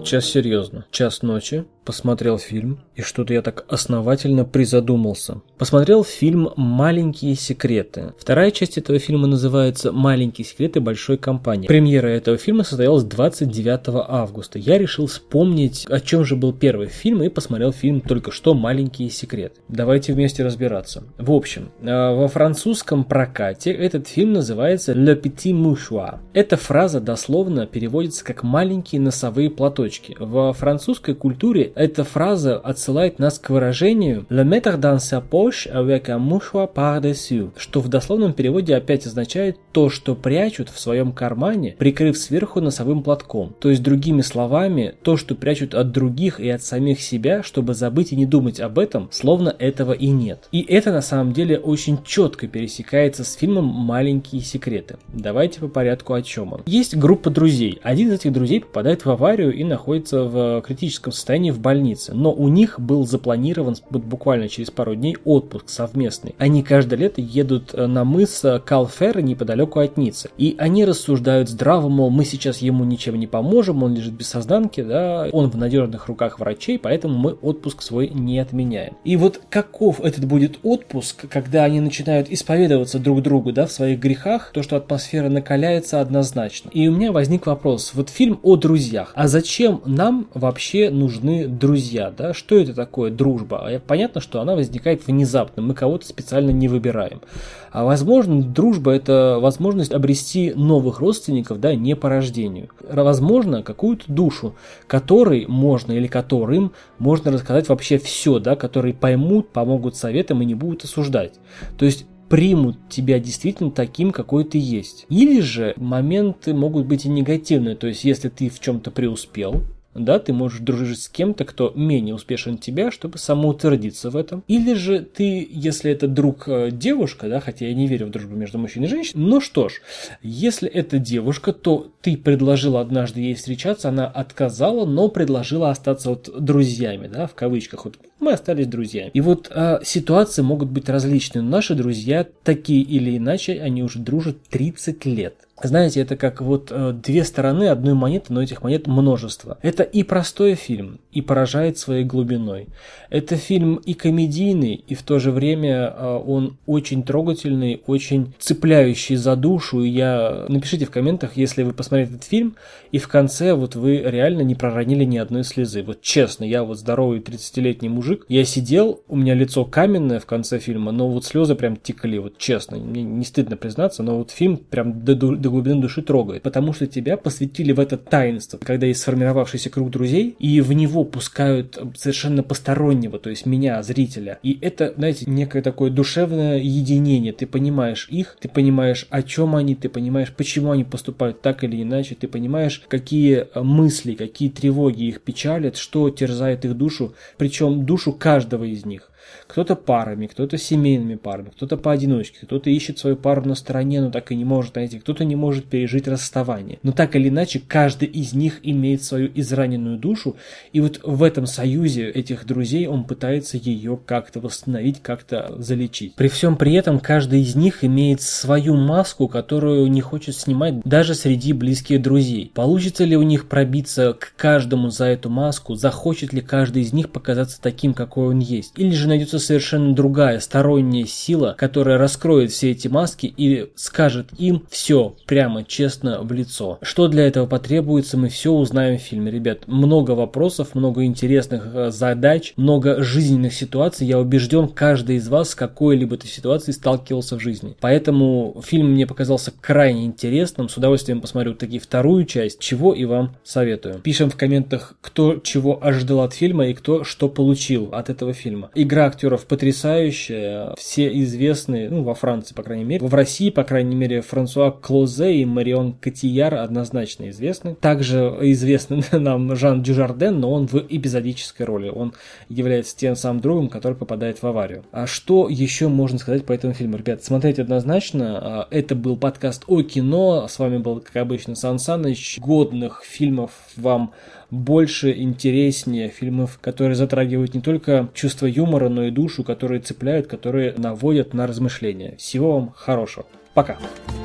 вот сейчас серьезно. Час ночи, посмотрел фильм, и что-то я так основательно призадумался. Посмотрел фильм «Маленькие секреты». Вторая часть этого фильма называется «Маленькие секреты большой компании». Премьера этого фильма состоялась 29 августа. Я решил вспомнить, о чем же был первый фильм, и посмотрел фильм только что «Маленькие секреты». Давайте вместе разбираться. В общем, во французском прокате этот фильм называется «Le petit mouchoir». Эта фраза дословно переводится как «маленькие носовые платочки». Во французской культуре эта фраза отсылает нас к выражению «le mettre dans sa poche avec un mouchoir par-dessus», что в дословном переводе опять означает то, что прячут в своем кармане, прикрыв сверху носовым платком. То есть, другими словами, то, что прячут от других и от самих себя, чтобы забыть и не думать об этом, словно этого и нет. И это на самом деле очень четко пересекается с фильмом «Маленькие секреты». Давайте по порядку, о чем он. Есть группа друзей. Один из этих друзей попадает в аварию и находится в критическом состоянии в больнице, но у них был запланирован буквально через пару дней отпуск совместный. Они каждое лето едут на мыс Калфер неподалеку от Ниццы. И они рассуждают здраво, мол, мы сейчас ему ничем не поможем, он лежит без сознанки, да, он в надежных руках врачей, поэтому мы отпуск свой не отменяем. И вот каков этот будет отпуск, когда они начинают исповедоваться друг другу, да, в своих грехах, то, что атмосфера накаляется однозначно. И у меня возник вопрос, вот фильм о друзьях, а зачем нам вообще нужны друзья, да, что это такое дружба? Понятно, что она возникает внезапно, мы кого-то специально не выбираем. А возможно, дружба — это возможность обрести новых родственников, да, не по рождению. Возможно, какую-то душу, которой можно или которым можно рассказать вообще все, да, которые поймут, помогут советам и не будут осуждать. То есть примут тебя действительно таким, какой ты есть. Или же моменты могут быть и негативные, то есть если ты в чем-то преуспел, да, ты можешь дружить с кем-то, кто менее успешен тебя, чтобы самоутвердиться в этом. Или же ты, если это друг девушка, да, хотя я не верю в дружбу между мужчиной и женщиной, но что ж, если это девушка, то ты предложила однажды ей встречаться, она отказала, но предложила остаться вот друзьями, да, в кавычках, вот мы остались друзьями. И вот ситуации могут быть различные, но наши друзья, такие или иначе, они уже дружат 30 лет. Знаете, это как вот две стороны одной монеты, но этих монет множество. Это и простой фильм, и поражает своей глубиной. Это фильм и комедийный, и в то же время он очень трогательный, очень цепляющий за душу. И напишите в комментах, если вы посмотрели этот фильм, и в конце вот вы реально не проронили ни одной слезы. Вот честно, я вот здоровый 30-летний мужик, я сидел, у меня лицо каменное в конце фильма, но вот слезы прям текли, вот честно. Мне не стыдно признаться, но вот фильм прям до глубины души трогает, потому что тебя посвятили в это таинство, когда есть сформировавшийся круг друзей, и в него пускают совершенно постороннего, то есть меня, зрителя. И это, знаете, некое такое душевное единение. Ты понимаешь их, ты понимаешь, о чем они, ты понимаешь, почему они поступают так или иначе, ты понимаешь, какие мысли, какие тревоги их печалят, что терзает их душу, причем душу каждого из них. Кто-то парами, кто-то семейными парами, кто-то поодиночке, кто-то ищет свою пару на стороне, но так и не может найти, кто-то не может пережить расставание. Но так или иначе, каждый из них имеет свою израненную душу, и вот в этом союзе этих друзей он пытается ее как-то восстановить, как-то залечить. При всем при этом, каждый из них имеет свою маску, которую не хочет снимать даже среди близких друзей. Получится ли у них пробиться к каждому за эту маску, захочет ли каждый из них показаться таким, какой он есть, или же найдется совершенно другая, сторонняя сила, которая раскроет все эти маски и скажет им все прямо, честно, в лицо. Что для этого потребуется, мы все узнаем в фильме. Ребят, много вопросов, много интересных задач, много жизненных ситуаций. Я убежден, каждый из вас с какой-либо этой ситуацией сталкивался в жизни. Поэтому фильм мне показался крайне интересным. С удовольствием посмотрю таки вторую часть, чего и вам советую. Пишем в комментах, кто чего ожидал от фильма и кто что получил от этого фильма. Игра актеров потрясающая, все известные, ну, во Франции, по крайней мере. В России, по крайней мере, Франсуа Клозе и Марион Котийяр однозначно известны. Также известный нам Жан Дюжарден, но он в эпизодической роли. Он является тем самым другом, который попадает в аварию. А что еще можно сказать по этому фильму? Ребят, смотрите однозначно. Это был подкаст о кино. С вами был, как обычно, Сан Саныч. Годных фильмов вам больше, интереснее, фильмов, которые затрагивают не только чувство юмора, но и душу, которые цепляют, которые наводят на размышления. Всего вам хорошего. Пока.